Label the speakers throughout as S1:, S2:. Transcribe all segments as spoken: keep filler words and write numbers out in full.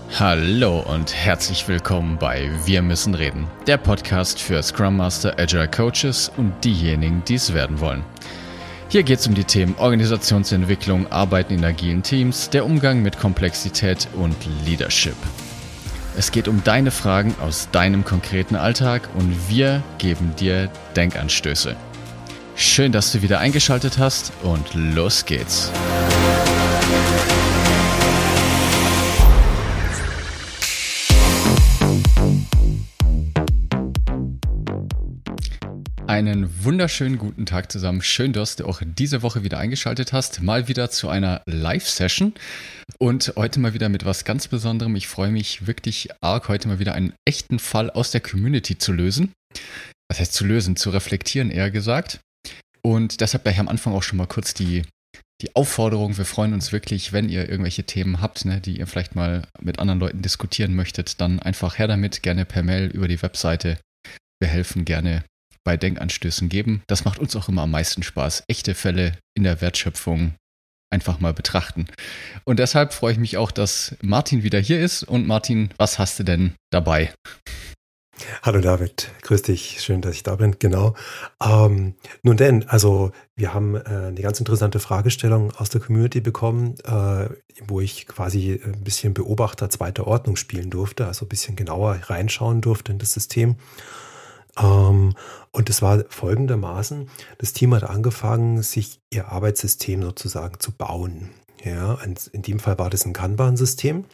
S1: Hallo und herzlich willkommen bei Wir müssen reden, der Podcast für Scrum Master, Agile Coaches und diejenigen, die es werden wollen. Hier geht es um die Themen Organisationsentwicklung, Arbeiten in agilen Teams, der Umgang mit Komplexität und Leadership. Es geht um deine Fragen aus deinem konkreten Alltag und wir geben dir Denkanstöße. Schön, dass du wieder eingeschaltet hast und los geht's. Einen wunderschönen guten Tag zusammen. Schön, dass du auch diese Woche wieder eingeschaltet hast. Mal wieder zu einer Live-Session und heute mal wieder mit was ganz Besonderem. Ich freue mich wirklich arg, heute mal wieder einen echten Fall aus der Community zu lösen. Was heißt zu lösen? Zu reflektieren, eher gesagt. Und deshalb gleich am Anfang auch schon mal kurz die, die Aufforderung. Wir freuen uns wirklich, wenn ihr irgendwelche Themen habt, ne, die ihr vielleicht mal mit anderen Leuten diskutieren möchtet, dann einfach her damit, gerne per Mail über die Webseite. Wir helfen gerne bei Denkanstößen geben. Das macht uns auch immer am meisten Spaß. Echte Fälle in der Wertschöpfung einfach mal betrachten. Und deshalb freue ich mich auch, dass Martin wieder hier ist. Und Martin, was hast du denn dabei?
S2: Hallo David, grüß dich, schön, dass ich da bin, genau. Ähm, nun denn, also wir haben äh, eine ganz interessante Fragestellung aus der Community bekommen, äh, wo ich quasi ein bisschen Beobachter zweiter Ordnung spielen durfte, also ein bisschen genauer reinschauen durfte in das System. Ähm, und es war folgendermaßen: Das Team hat angefangen, sich ihr Arbeitssystem sozusagen zu bauen. Ja, und in dem Fall war das ein Kanban-System.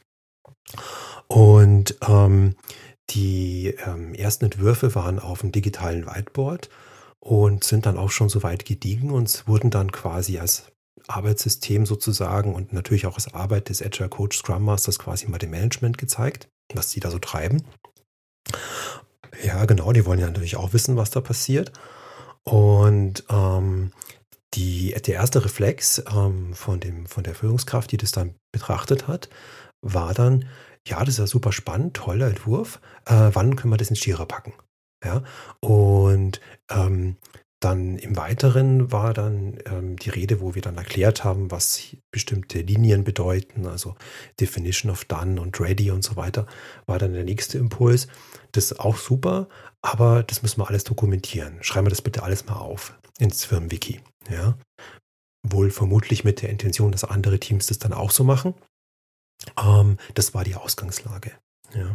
S2: Und ähm, die ähm, ersten Entwürfe waren auf dem digitalen Whiteboard und sind dann auch schon so weit gediegen und wurden dann quasi als Arbeitssystem sozusagen und natürlich auch als Arbeit des Agile Coach Scrum Masters quasi mal dem Management gezeigt, was die da so treiben. Ja, genau, die wollen ja natürlich auch wissen, was da passiert. Und ähm, die, der erste Reflex ähm, von, dem, von der Führungskraft, die das dann betrachtet hat, war dann: Ja, das ist ja super spannend, toller Entwurf. Äh, wann können wir das in Jira packen? Ja, und ähm, dann im Weiteren war dann ähm, die Rede, wo wir dann erklärt haben, was bestimmte Linien bedeuten, also Definition of Done und Ready und so weiter, war dann der nächste Impuls. Das ist auch super, aber das müssen wir alles dokumentieren. Schreiben wir das bitte alles mal auf ins Firmenwiki. Ja? Wohl vermutlich mit der Intention, dass andere Teams das dann auch so machen. Ähm, das war die Ausgangslage. Ja.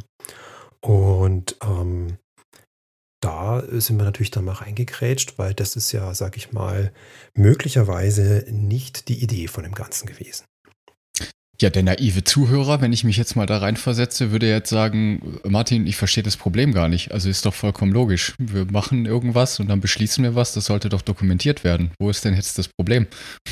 S2: Und ähm, da sind wir natürlich dann mal reingekrätscht, weil das ist ja, sag ich mal, möglicherweise nicht die Idee von dem Ganzen gewesen.
S1: Ja, der naive Zuhörer, wenn ich mich jetzt mal da reinversetze, würde jetzt sagen: Martin, ich verstehe das Problem gar nicht. Also ist doch vollkommen logisch. Wir machen irgendwas und dann beschließen wir was, das sollte doch dokumentiert werden. Wo ist denn jetzt das Problem?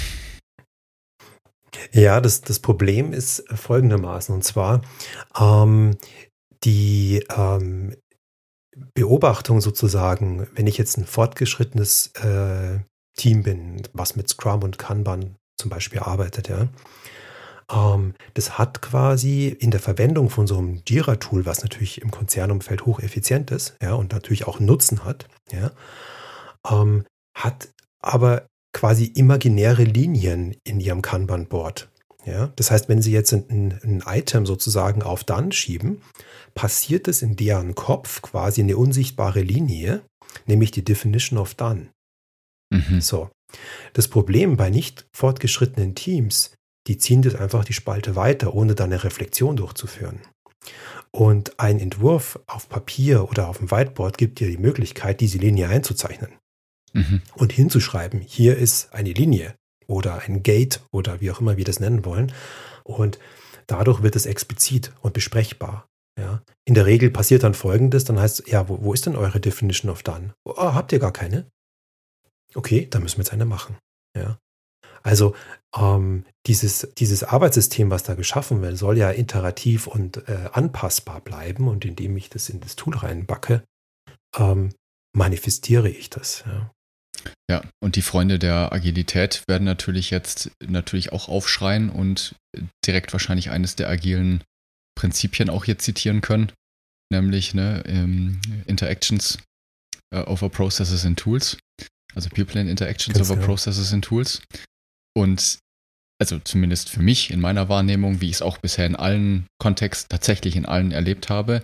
S2: Ja, das, das Problem ist folgendermaßen, und zwar ähm, die ähm, Beobachtung sozusagen, wenn ich jetzt ein fortgeschrittenes äh, Team bin, was mit Scrum und Kanban zum Beispiel arbeitet, ja, ähm, das hat quasi in der Verwendung von so einem Jira-Tool, was natürlich im Konzernumfeld hocheffizient ist, ja, und natürlich auch Nutzen hat, ja, ähm, hat aber quasi imaginäre Linien in ihrem Kanban-Board. Ja? Das heißt, wenn Sie jetzt ein, ein Item sozusagen auf Done schieben, passiert es in deren Kopf quasi eine unsichtbare Linie, nämlich die Definition of Done.
S1: Mhm.
S2: So. Das Problem bei nicht fortgeschrittenen Teams, die ziehen das einfach die Spalte weiter, ohne da eine Reflexion durchzuführen. Und ein Entwurf auf Papier oder auf dem Whiteboard gibt dir die Möglichkeit, diese Linie einzuzeichnen.
S1: Mhm.
S2: Und hinzuschreiben: Hier ist eine Linie oder ein Gate oder wie auch immer wir das nennen wollen. Und dadurch wird es explizit und besprechbar. Ja. In der Regel passiert dann Folgendes: Dann heißt es: Ja, wo, wo ist denn eure Definition of Done? Oh, habt ihr gar keine? Okay, dann müssen wir jetzt eine machen. Ja. Also ähm, dieses, dieses Arbeitssystem, was da geschaffen wird, soll ja iterativ und äh, anpassbar bleiben. Und indem ich das in das Tool reinbacke, ähm, manifestiere ich das. Ja.
S1: Ja, und die Freunde der Agilität werden natürlich jetzt natürlich auch aufschreien und direkt wahrscheinlich eines der agilen Prinzipien auch hier zitieren können, nämlich ne, ähm, Interactions uh, over Processes and Tools, also People and Interactions
S2: Ganz
S1: over
S2: genau.
S1: Processes and Tools. Und also zumindest für mich in meiner Wahrnehmung, wie ich es auch bisher in allen Kontexten, tatsächlich in allen erlebt habe,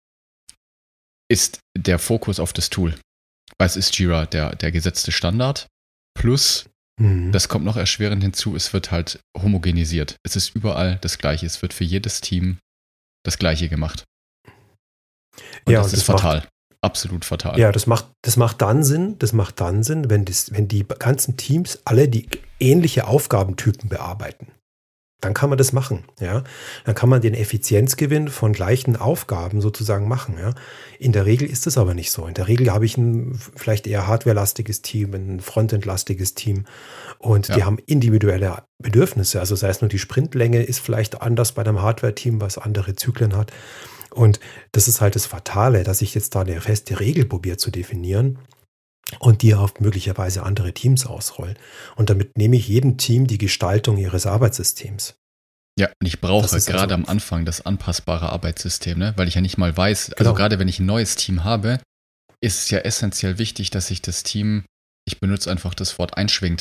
S1: ist der Fokus auf das Tool. Weil es ist Jira der, der gesetzte Standard. Plus, mhm. das kommt noch erschwerend hinzu, es wird halt homogenisiert. Es ist überall das Gleiche. Es wird für jedes Team das Gleiche gemacht. Und
S2: ja,
S1: das
S2: und
S1: ist
S2: das
S1: fatal.
S2: Macht,
S1: Absolut fatal.
S2: ja, das macht, das macht dann Sinn, das macht dann Sinn, wenn, das, wenn die ganzen Teams alle die ähnliche Aufgabentypen bearbeiten. Dann kann man das machen, ja. Dann kann man den Effizienzgewinn von gleichen Aufgaben sozusagen machen, ja. In der Regel ist das aber nicht so. In der Regel habe ich ein vielleicht eher hardwarelastiges Team, ein frontendlastiges Team und
S1: Ja.
S2: die haben individuelle Bedürfnisse. Also sei es nur die Sprintlänge ist vielleicht anders bei einem Hardware-Team, was andere Zyklen hat. Und das ist halt das Fatale, dass ich jetzt da eine feste Regel probiere zu definieren und die auf möglicherweise andere Teams ausrollen. Und damit nehme ich jedem Team die Gestaltung ihres Arbeitssystems.
S1: Ja, und ich brauche
S2: Das ist
S1: gerade
S2: also-
S1: am Anfang das anpassbare Arbeitssystem, ne? Weil ich ja nicht mal weiß, also
S2: Genau.
S1: gerade wenn ich ein neues Team habe, ist es ja essentiell wichtig, dass sich das Team, ich benutze einfach das Wort einschwingt.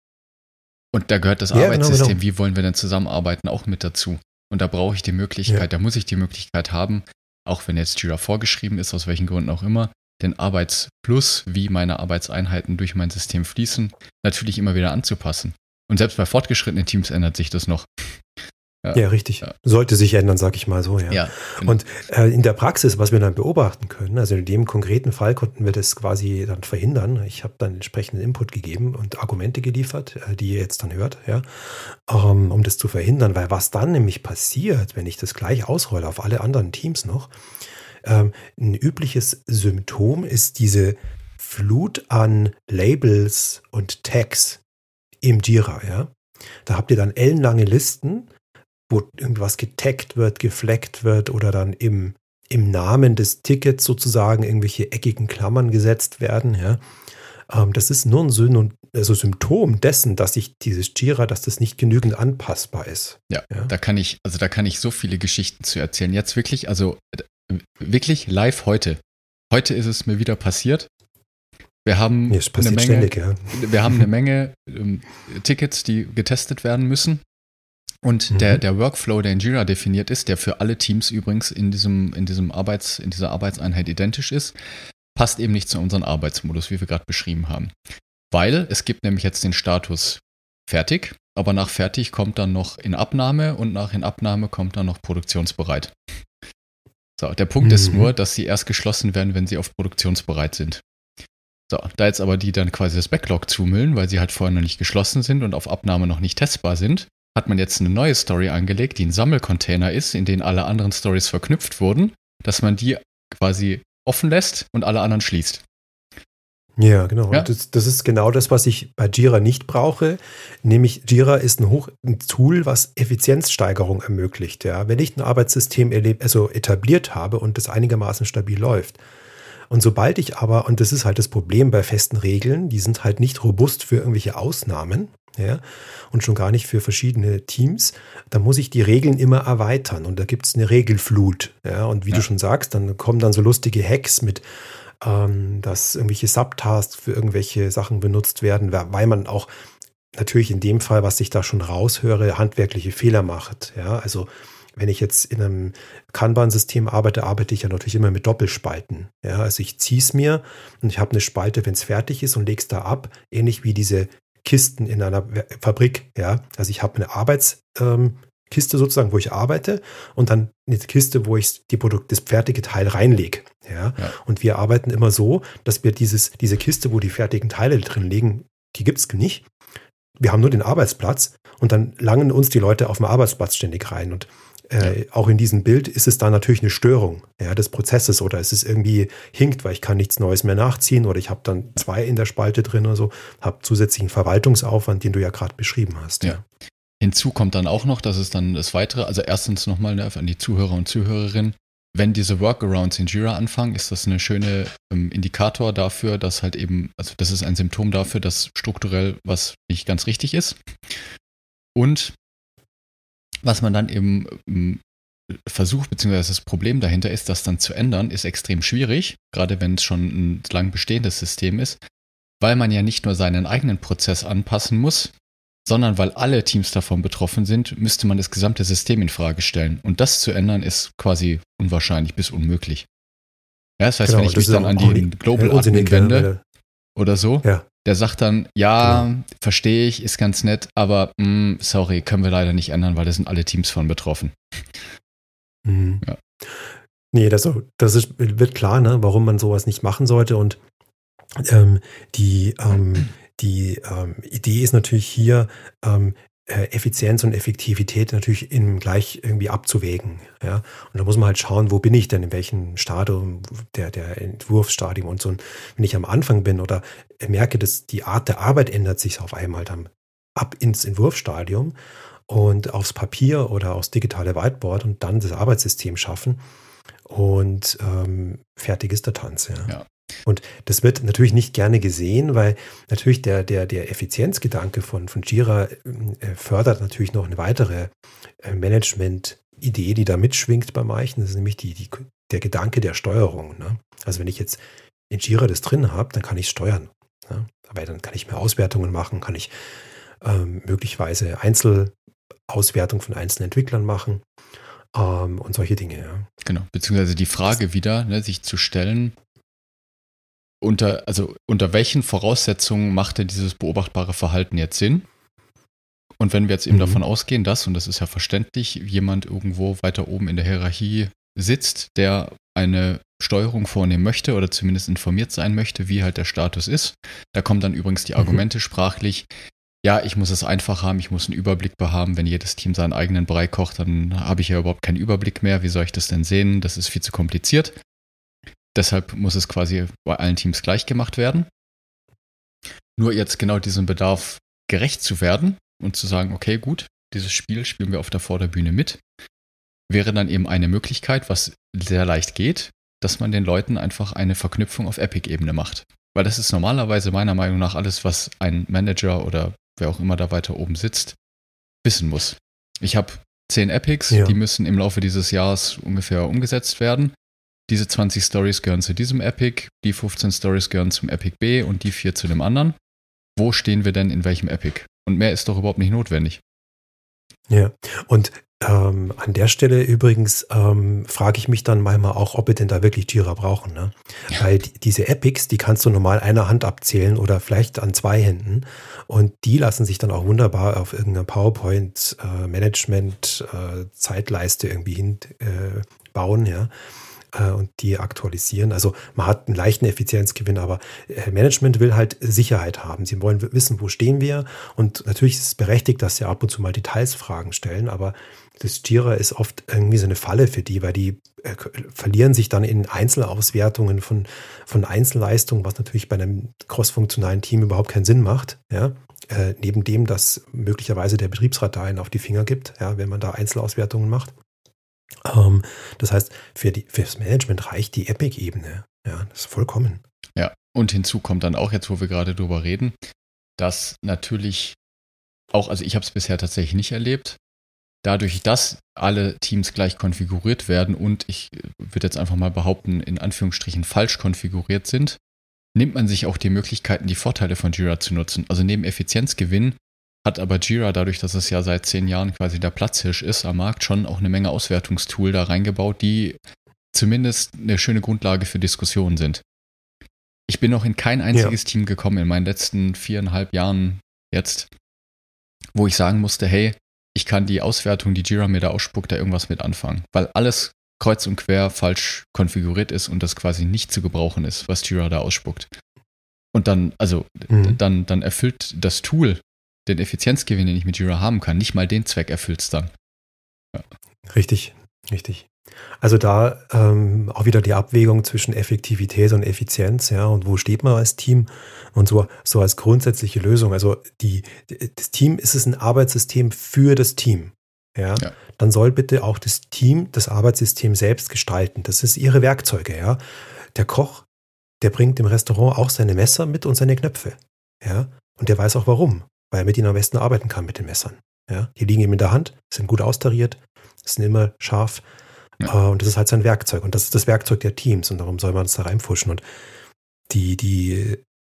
S1: Und da gehört das
S2: Ja, genau,
S1: Arbeitssystem,
S2: genau.
S1: wie wollen wir denn zusammenarbeiten, auch mit dazu. Und da brauche ich die Möglichkeit,
S2: Ja.
S1: da muss ich die Möglichkeit haben, auch wenn jetzt Jira vorgeschrieben ist, aus welchen Gründen auch immer, den Arbeitsfluss, wie meine Arbeitseinheiten durch mein System fließen, natürlich immer wieder anzupassen. Und selbst bei fortgeschrittenen Teams ändert sich das noch. Ja,
S2: Ja, richtig.
S1: Ja.
S2: Sollte sich ändern, sag ich mal so, ja.
S1: ja.
S2: Und äh, in der Praxis, was wir dann beobachten können, also in dem konkreten Fall konnten wir das quasi dann verhindern. Ich habe dann entsprechenden Input gegeben und Argumente geliefert, äh, die ihr jetzt dann hört, ja, ähm, um das zu verhindern. Weil was dann nämlich passiert, wenn ich das gleich ausrolle auf alle anderen Teams noch, ähm, ein übliches Symptom ist diese Flut an Labels und Tags im Jira, ja. Da habt ihr dann ellenlange Listen, wo irgendwas getaggt wird, gefleckt wird oder dann im, im Namen des Tickets sozusagen irgendwelche eckigen Klammern gesetzt werden. Ja. Ähm, das ist nur ein Syn- also Symptom dessen, dass sich dieses Jira, dass das nicht genügend anpassbar ist.
S1: Ja,
S2: Ja.
S1: da kann ich, also da kann ich so viele Geschichten zu erzählen. Jetzt wirklich, also äh, wirklich live heute. Heute ist es mir wieder passiert. Wir haben
S2: Nee, es
S1: eine
S2: passiert
S1: Menge,
S2: ständig, ja.
S1: wir haben eine Menge ähm, Tickets, die getestet werden müssen. Und
S2: Mhm.
S1: der, der Workflow, der in Jira definiert ist, der für alle Teams übrigens in diesem, in diesem Arbeits, in dieser Arbeitseinheit identisch ist, passt eben nicht zu unserem Arbeitsmodus, wie wir gerade beschrieben haben. Weil es gibt nämlich jetzt den Status fertig, aber nach fertig kommt dann noch in Abnahme und nach in Abnahme kommt dann noch produktionsbereit. So, der Punkt
S2: Mhm.
S1: ist nur, dass sie erst geschlossen werden, wenn sie auf produktionsbereit sind. So, da jetzt aber die dann quasi das Backlog zumüllen, weil sie halt vorher noch nicht geschlossen sind und auf Abnahme noch nicht testbar sind, hat man jetzt eine neue Story angelegt, die ein Sammelcontainer ist, in den alle anderen Stories verknüpft wurden, dass man die quasi offen lässt und alle anderen schließt.
S2: Ja, genau.
S1: Ja.
S2: Und das, das ist genau das, was ich bei Jira nicht brauche. Nämlich Jira ist ein, Hoch, ein Tool, was Effizienzsteigerung ermöglicht. Ja. Wenn ich ein Arbeitssystem erleb, also etabliert habe und das einigermaßen stabil läuft. Und sobald ich aber, und das ist halt das Problem bei festen Regeln, die sind halt nicht robust für irgendwelche Ausnahmen, ja, und schon gar nicht für verschiedene Teams, dann muss ich die Regeln immer erweitern und da gibt es eine Regelflut. Ja, und wie
S1: Ja.
S2: du schon sagst, dann kommen dann so lustige Hacks mit, ähm, dass irgendwelche Subtasks für irgendwelche Sachen benutzt werden, weil man auch natürlich in dem Fall, was ich da schon raushöre, handwerkliche Fehler macht. Ja, also wenn ich jetzt in einem Kanban-System arbeite, arbeite ich ja natürlich immer mit Doppelspalten. Ja, also ich ziehe es mir und ich habe eine Spalte, wenn es fertig ist und lege es da ab, ähnlich wie diese Kisten in einer Fabrik. Ja, also ich habe eine Arbeitskiste ähm, sozusagen, wo ich arbeite und dann eine Kiste, wo ich die Produkt, das fertige Teil reinlege. Ja,
S1: Ja.
S2: und wir arbeiten immer so, dass wir dieses, diese Kiste, wo die fertigen Teile drin liegen, die gibt es nicht. Wir haben nur den Arbeitsplatz und dann langen uns die Leute auf dem Arbeitsplatz ständig rein und Äh, auch in diesem Bild ist es da natürlich eine Störung, ja, des Prozesses oder es ist irgendwie hinkt, weil ich kann nichts Neues mehr nachziehen oder ich habe dann zwei in der Spalte drin oder so, habe zusätzlichen Verwaltungsaufwand, den du ja gerade beschrieben hast.
S1: Ja. Hinzu kommt dann auch noch, dass es dann das Weitere, also erstens nochmal ne, an die Zuhörer und Zuhörerinnen, wenn diese Workarounds in Jira anfangen, ist das eine schöne ähm, Indikator dafür, dass halt eben, also das ist ein Symptom dafür, dass strukturell was nicht ganz richtig ist. Und was man dann eben ähm, versucht, beziehungsweise das Problem dahinter ist, das dann zu ändern, ist extrem schwierig, gerade wenn es schon ein lang bestehendes System ist, weil man ja nicht nur seinen eigenen Prozess anpassen muss, sondern weil alle Teams davon betroffen sind, müsste man das gesamte System in Frage stellen. Und das zu ändern, ist quasi unwahrscheinlich bis unmöglich. Ja, das heißt,
S2: Genau,
S1: wenn ich
S2: das
S1: mich
S2: ist
S1: dann
S2: auch
S1: an
S2: auch
S1: die
S2: nicht-
S1: Global
S2: äh, unsinnig,
S1: Admin wende
S2: weil-
S1: oder so,
S2: Ja,
S1: der sagt dann, ja, verstehe ich, ist ganz nett, aber mh, sorry, können wir leider nicht ändern, weil da sind alle Teams von betroffen.
S2: Mhm.
S1: Ja.
S2: Nee, das, das ist, wird klar, ne, warum man sowas nicht machen sollte. Und ähm, die, ähm, die ähm, Idee ist natürlich hier, ähm, äh, Effizienz und Effektivität natürlich in gleich irgendwie abzuwägen. Ja? Und da muss man halt schauen, wo bin ich denn, in welchem Stadium der, der Entwurfsstadium und so. Und wenn ich am Anfang bin oder merke, dass die Art der Arbeit ändert sich auf einmal dann ab ins Entwurfsstadium und aufs Papier oder aufs digitale Whiteboard und dann das Arbeitssystem schaffen und ähm, fertig ist der Tanz. Ja.
S1: Ja.
S2: Und das wird natürlich nicht gerne gesehen, weil natürlich der, der, der Effizienzgedanke von, von Jira äh, fördert natürlich noch eine weitere äh, Management-Idee, die da mitschwingt bei manchen. Das ist nämlich die, die, der Gedanke der Steuerung. Ne? Also wenn ich jetzt in Jira das drin habe, dann kann ich steuern. Ne? Aber dann kann ich mehr Auswertungen machen, kann ich ähm, möglicherweise Einzelauswertung von einzelnen Entwicklern machen ähm, und solche Dinge. Ja.
S1: Genau, beziehungsweise die Frage wieder, ne, sich zu stellen, unter, also unter welchen Voraussetzungen macht denn dieses beobachtbare Verhalten jetzt Sinn? Und wenn wir jetzt eben
S2: Mhm.
S1: davon ausgehen, dass, und das ist ja verständlich, jemand irgendwo weiter oben in der Hierarchie sitzt, der eine Steuerung vornehmen möchte oder zumindest informiert sein möchte, wie halt der Status ist. Da kommen dann übrigens die
S2: Mhm.
S1: Argumente sprachlich, ja, ich muss es einfach haben, ich muss einen Überblick behaben. Wenn jedes Team seinen eigenen Brei kocht, dann habe ich ja überhaupt keinen Überblick mehr. Wie soll ich das denn sehen? Das ist viel zu kompliziert. Deshalb muss es quasi bei allen Teams gleich gemacht werden. Nur jetzt genau diesem Bedarf gerecht zu werden und zu sagen, okay, gut, dieses Spiel spielen wir auf der Vorderbühne mit, wäre dann eben eine Möglichkeit, was sehr leicht geht, dass man den Leuten einfach eine Verknüpfung auf Epic-Ebene macht. Weil das ist normalerweise meiner Meinung nach alles, was ein Manager oder wer auch immer da weiter oben sitzt, wissen muss. Ich habe zehn Epics,
S2: Ja.
S1: die müssen im Laufe dieses Jahres ungefähr umgesetzt werden. Diese zwanzig Stories gehören zu diesem Epic, die fünfzehn Stories gehören zum Epic B und die vier zu dem anderen. Wo stehen wir denn in welchem Epic? Und mehr ist doch überhaupt nicht notwendig.
S2: Ja, und ähm, an der Stelle übrigens ähm, frage ich mich dann manchmal auch, ob wir denn da wirklich Jira brauchen. Ne?
S1: Ja.
S2: Weil die, diese Epics, die kannst du normal einer Hand abzählen oder vielleicht an zwei Händen. Und die lassen sich dann auch wunderbar auf irgendeiner PowerPoint-Management-Zeitleiste irgendwie hinbauen, äh, bauen, ja. Und die aktualisieren. Also man hat einen leichten Effizienzgewinn, aber Management will halt Sicherheit haben. Sie wollen wissen, wo stehen wir. Und natürlich ist es berechtigt, dass sie ab und zu mal Detailsfragen stellen, aber das Jira ist oft irgendwie so eine Falle für die, weil die äh, verlieren sich dann in Einzelauswertungen von, von Einzelleistungen, was natürlich bei einem crossfunktionalen Team überhaupt keinen Sinn macht. Ja? Äh, neben dem, dass möglicherweise der Betriebsrat da einen auf die Finger gibt, ja, wenn man da Einzelauswertungen macht. Um, das heißt, für, die, für das Management reicht die Epic-Ebene. Ja, das ist vollkommen.
S1: Ja, und hinzu kommt dann auch jetzt, wo wir gerade drüber reden, dass natürlich auch, also ich habe es bisher tatsächlich nicht erlebt, dadurch, dass alle Teams gleich konfiguriert werden und ich würde jetzt einfach mal behaupten, in Anführungsstrichen falsch konfiguriert sind, nimmt man sich auch die Möglichkeiten, die Vorteile von Jira zu nutzen. Also neben Effizienzgewinn hat aber Jira, dadurch, dass es ja seit zehn Jahren quasi der Platzhirsch ist am Markt, schon auch eine Menge Auswertungstool da reingebaut, die zumindest eine schöne Grundlage für Diskussionen sind. Ich bin noch in kein einziges ja. Team gekommen in meinen letzten viereinhalb Jahren jetzt, wo ich sagen musste, hey, ich kann die Auswertung, die Jira mir da ausspuckt, da irgendwas mit anfangen. Weil alles kreuz und quer falsch konfiguriert ist und das quasi nicht zu gebrauchen ist, was Jira da ausspuckt. Und dann, also, mhm. dann, dann erfüllt das Tool den Effizienzgewinn, den ich mit Jira haben kann, nicht mal den Zweck erfüllt es dann.
S2: Ja. Richtig, richtig. Also da ähm, auch wieder die Abwägung zwischen Effektivität und Effizienz, ja, und wo steht man als Team und so, so als grundsätzliche Lösung. Also die, das Team ist es ein Arbeitssystem für das Team, ja? Ja. Dann soll bitte auch das Team das Arbeitssystem selbst gestalten. Das ist ihre Werkzeuge, ja. Der Koch, der bringt im Restaurant auch seine Messer mit und seine Knöpfe, ja, und der weiß auch warum. Weil er mit ihnen am besten arbeiten kann mit den Messern. Ja? Die liegen ihm in der Hand, sind gut austariert, sind immer scharf. Ja. Und das ist halt sein Werkzeug. Und das ist das Werkzeug der Teams. Und darum soll man es da reinpfuschen. Und die, die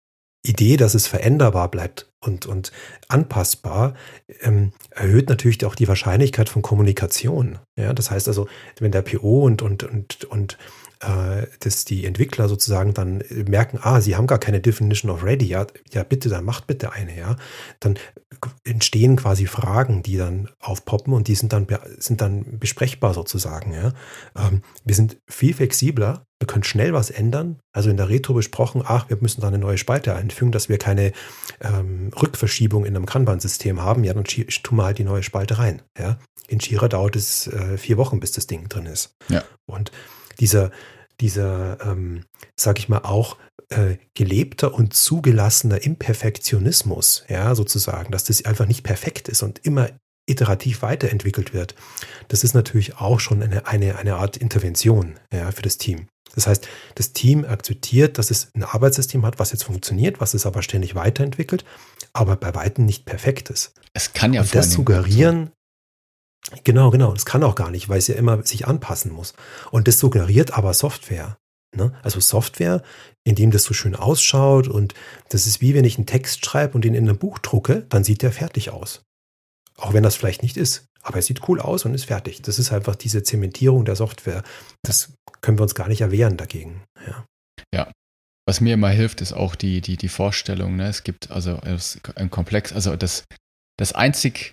S2: Idee, dass es veränderbar bleibt und, und anpassbar, ähm, erhöht natürlich auch die Wahrscheinlichkeit von Kommunikation. Ja, das heißt also, wenn der P O und, und, und, und äh, dass die Entwickler sozusagen dann merken, ah, sie haben gar keine Definition of Ready, ja, ja bitte, dann macht bitte eine, ja, dann entstehen quasi Fragen, die dann aufpoppen und die sind dann, sind dann besprechbar sozusagen. Ja. Ähm, wir sind viel flexibler, wir können schnell was ändern. Also in der Retro besprochen, ach, wir müssen da eine neue Spalte einfügen, dass wir keine ähm, Rückverschiebung in einem Kanban-System haben. Ja, dann tun wir halt die neue Spalte rein. Ja. In Jira dauert es äh, vier Wochen, bis das Ding drin ist.
S1: Ja.
S2: Und dieser, dieser ähm, sag ich mal, auch äh, gelebter und zugelassener Imperfektionismus, ja, sozusagen, dass das einfach nicht perfekt ist und immer iterativ weiterentwickelt wird, das ist natürlich auch schon eine, eine, eine Art Intervention, ja, für das Team. Das heißt, das Team akzeptiert, dass es ein Arbeitssystem hat, was jetzt funktioniert, was es aber ständig weiterentwickelt, aber bei weitem nicht perfekt ist.
S1: Es kann ja
S2: und das suggerieren, genau, genau, das kann auch gar nicht, weil es ja immer sich anpassen muss. Und das suggeriert aber Software. Ne? Also Software, in dem das so schön ausschaut und das ist wie wenn ich einen Text schreibe und den in einem Buch drucke, dann sieht der fertig aus. Auch wenn das vielleicht nicht ist. Aber er sieht cool aus und ist fertig. Das ist einfach diese Zementierung der Software. Das können wir uns gar nicht erwehren dagegen. Ja.
S1: Ja. Was mir immer hilft, ist auch die, die, die Vorstellung. Ne? Es gibt also ein Komplex, also das, das einzig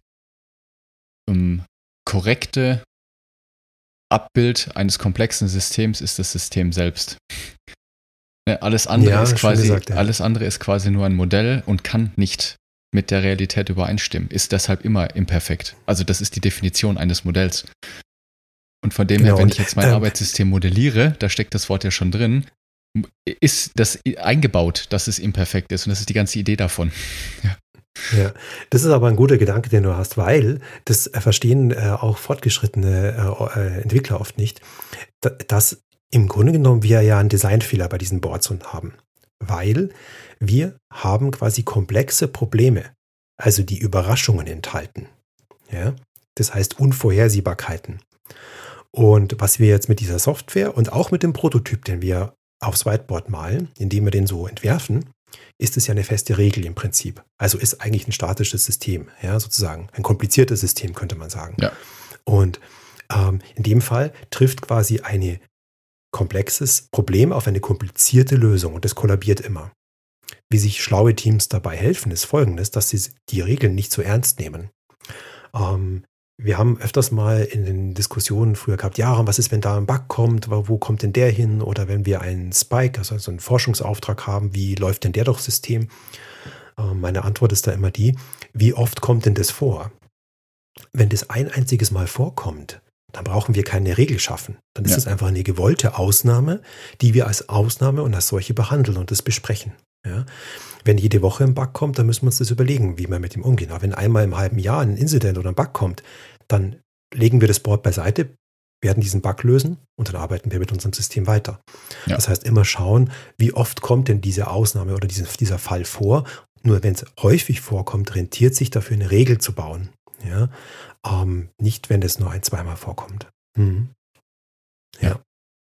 S1: um, korrekte Abbild eines komplexen Systems ist das System selbst. Ne? Alles andere
S2: Ja,
S1: ist quasi,
S2: gesagt, ja.
S1: alles andere ist quasi nur ein Modell und kann nicht mit der Realität übereinstimmen, ist deshalb immer imperfekt. Also das ist die Definition eines Modells. Und von dem
S2: Genau,
S1: her, wenn
S2: und,
S1: ich jetzt mein
S2: ähm,
S1: Arbeitssystem modelliere, da steckt das Wort ja schon drin, ist das eingebaut, dass es imperfekt ist. Und das ist die ganze Idee davon. Ja.
S2: Ja, das ist aber ein guter Gedanke, den du hast, weil das verstehen äh, auch fortgeschrittene äh, Entwickler oft nicht, da, dass im Grunde genommen wir ja einen Designfehler bei diesen Boards haben. Weil wir haben quasi komplexe Probleme, also die Überraschungen enthalten. Ja? Das heißt Unvorhersehbarkeiten. Und was wir jetzt mit dieser Software und auch mit dem Prototyp, den wir aufs Whiteboard malen, indem wir den so entwerfen, ist es ja eine feste Regel im Prinzip. Also ist eigentlich ein statisches System, ja, sozusagen. Ein kompliziertes System, könnte man sagen.
S1: Ja.
S2: Und ähm, in dem Fall trifft quasi ein komplexes Problem auf eine komplizierte Lösung und das kollabiert immer. Wie sich schlaue Teams dabei helfen, ist folgendes, dass sie die Regeln nicht so ernst nehmen. Ähm, wir haben öfters mal in den Diskussionen früher gehabt, ja, was ist, wenn da ein Bug kommt, wo kommt denn der hin? Oder wenn wir einen Spike, also einen Forschungsauftrag haben, wie läuft denn der durchs System? Ähm, meine Antwort ist da immer die, wie oft kommt denn das vor? Wenn das ein einziges Mal vorkommt, dann brauchen wir keine Regel schaffen. Dann ist es ja. einfach eine gewollte Ausnahme, die wir als Ausnahme und als solche behandeln und das besprechen. Ja? Wenn jede Woche ein Bug kommt, dann müssen wir uns das überlegen, wie wir mit ihm umgehen. Aber wenn einmal im halben Jahr ein Incident oder ein Bug kommt, dann legen wir das Board beiseite, werden diesen Bug lösen und dann arbeiten wir mit unserem System weiter. Ja. Das heißt, immer schauen, wie oft kommt denn diese Ausnahme oder diese, dieser Fall vor. Nur wenn es häufig vorkommt, rentiert sich dafür eine Regel zu bauen. Ja? Ähm, nicht, wenn das nur ein-, zweimal vorkommt. Mhm. Ja.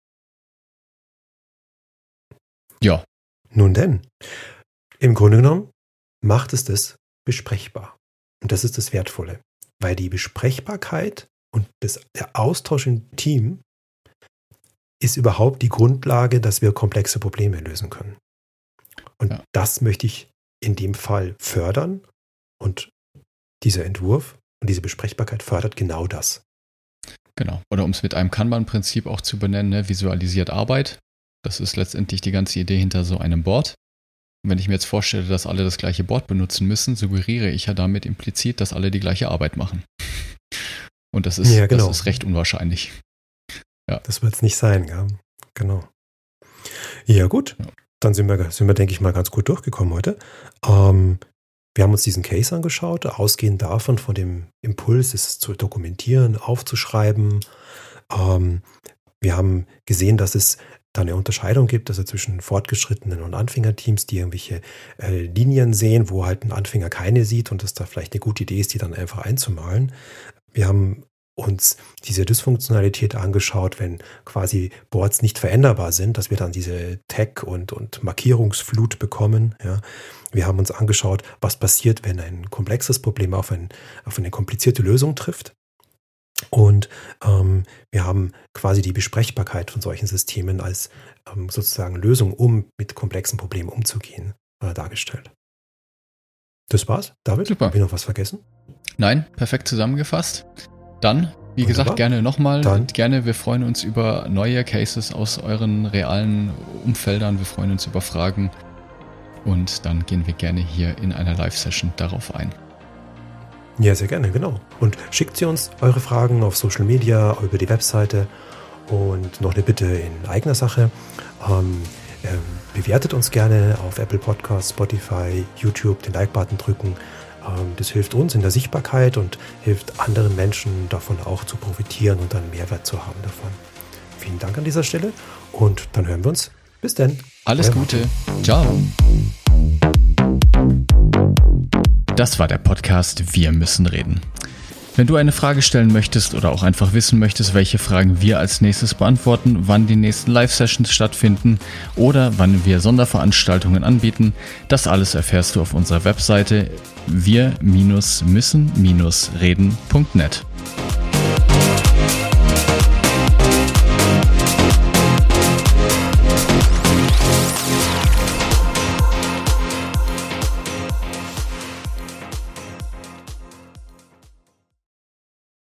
S1: Ja.
S2: Nun denn, im Grunde genommen macht es das besprechbar. Und das ist das Wertvolle. Weil die Besprechbarkeit und das, der Austausch im Team ist überhaupt die Grundlage, dass wir komplexe Probleme lösen können. Und ja. das möchte ich in dem Fall fördern. Und dieser Entwurf und diese Besprechbarkeit fördert genau das.
S1: Genau. Oder um es mit einem Kanban-Prinzip auch zu benennen, ne, visualisiert Arbeit. Das ist letztendlich die ganze Idee hinter so einem Board. Und wenn ich mir jetzt vorstelle, dass alle das gleiche Board benutzen müssen, suggeriere ich ja damit implizit, dass alle die gleiche Arbeit machen. Und das ist,
S2: ja, genau.
S1: das ist recht unwahrscheinlich. Ja.
S2: Das wird es nicht sein, ja. Genau. Ja, gut. Ja. Dann sind wir, sind wir, denke ich mal, ganz gut durchgekommen heute. Ähm, wir haben uns diesen Case angeschaut, ausgehend davon, von dem Impuls, es zu dokumentieren, aufzuschreiben. Ähm, wir haben gesehen, dass es da eine Unterscheidung gibt, also zwischen fortgeschrittenen und Anfängerteams, die irgendwelche äh, Linien sehen, wo halt ein Anfänger keine sieht und dass da vielleicht eine gute Idee ist, die dann einfach einzumalen. Wir haben uns diese Dysfunktionalität angeschaut, wenn quasi Boards nicht veränderbar sind, dass wir dann diese Tag- und, und Markierungsflut bekommen. Ja. Wir haben uns angeschaut, was passiert, wenn ein komplexes Problem auf, ein, auf eine komplizierte Lösung trifft. Und ähm, wir haben quasi die Besprechbarkeit von solchen Systemen als ähm, sozusagen Lösung, um mit komplexen Problemen umzugehen, äh, dargestellt. Das war's. David,
S1: Super.
S2: Habe ich noch was vergessen?
S1: Nein, perfekt zusammengefasst. Dann, wie
S2: Wunderbar.
S1: gesagt, gerne nochmal.
S2: Dann.
S1: Gerne, wir freuen uns über neue Cases aus euren realen Umfeldern. Wir freuen uns über Fragen. Und dann gehen wir gerne hier in einer Live-Session darauf ein.
S2: Ja, sehr gerne, genau. Und schickt sie uns eure Fragen auf Social Media, über die Webseite. Und noch eine Bitte in eigener Sache. Ähm, ähm, bewertet uns gerne auf Apple Podcasts, Spotify, YouTube, den Like-Button drücken. Ähm, das hilft uns in der Sichtbarkeit und hilft anderen Menschen davon auch zu profitieren und dann Mehrwert zu haben davon. Vielen Dank an dieser Stelle und dann hören wir uns. Bis dann.
S1: Alles
S2: Euer
S1: Gute.
S2: Martin.
S1: Ciao. Das war der Podcast Wir müssen reden. Wenn du eine Frage stellen möchtest oder auch einfach wissen möchtest, welche Fragen wir als nächstes beantworten, wann die nächsten Live-Sessions stattfinden oder wann wir Sonderveranstaltungen anbieten, das alles erfährst du auf unserer Webseite wir müssen reden punkt net.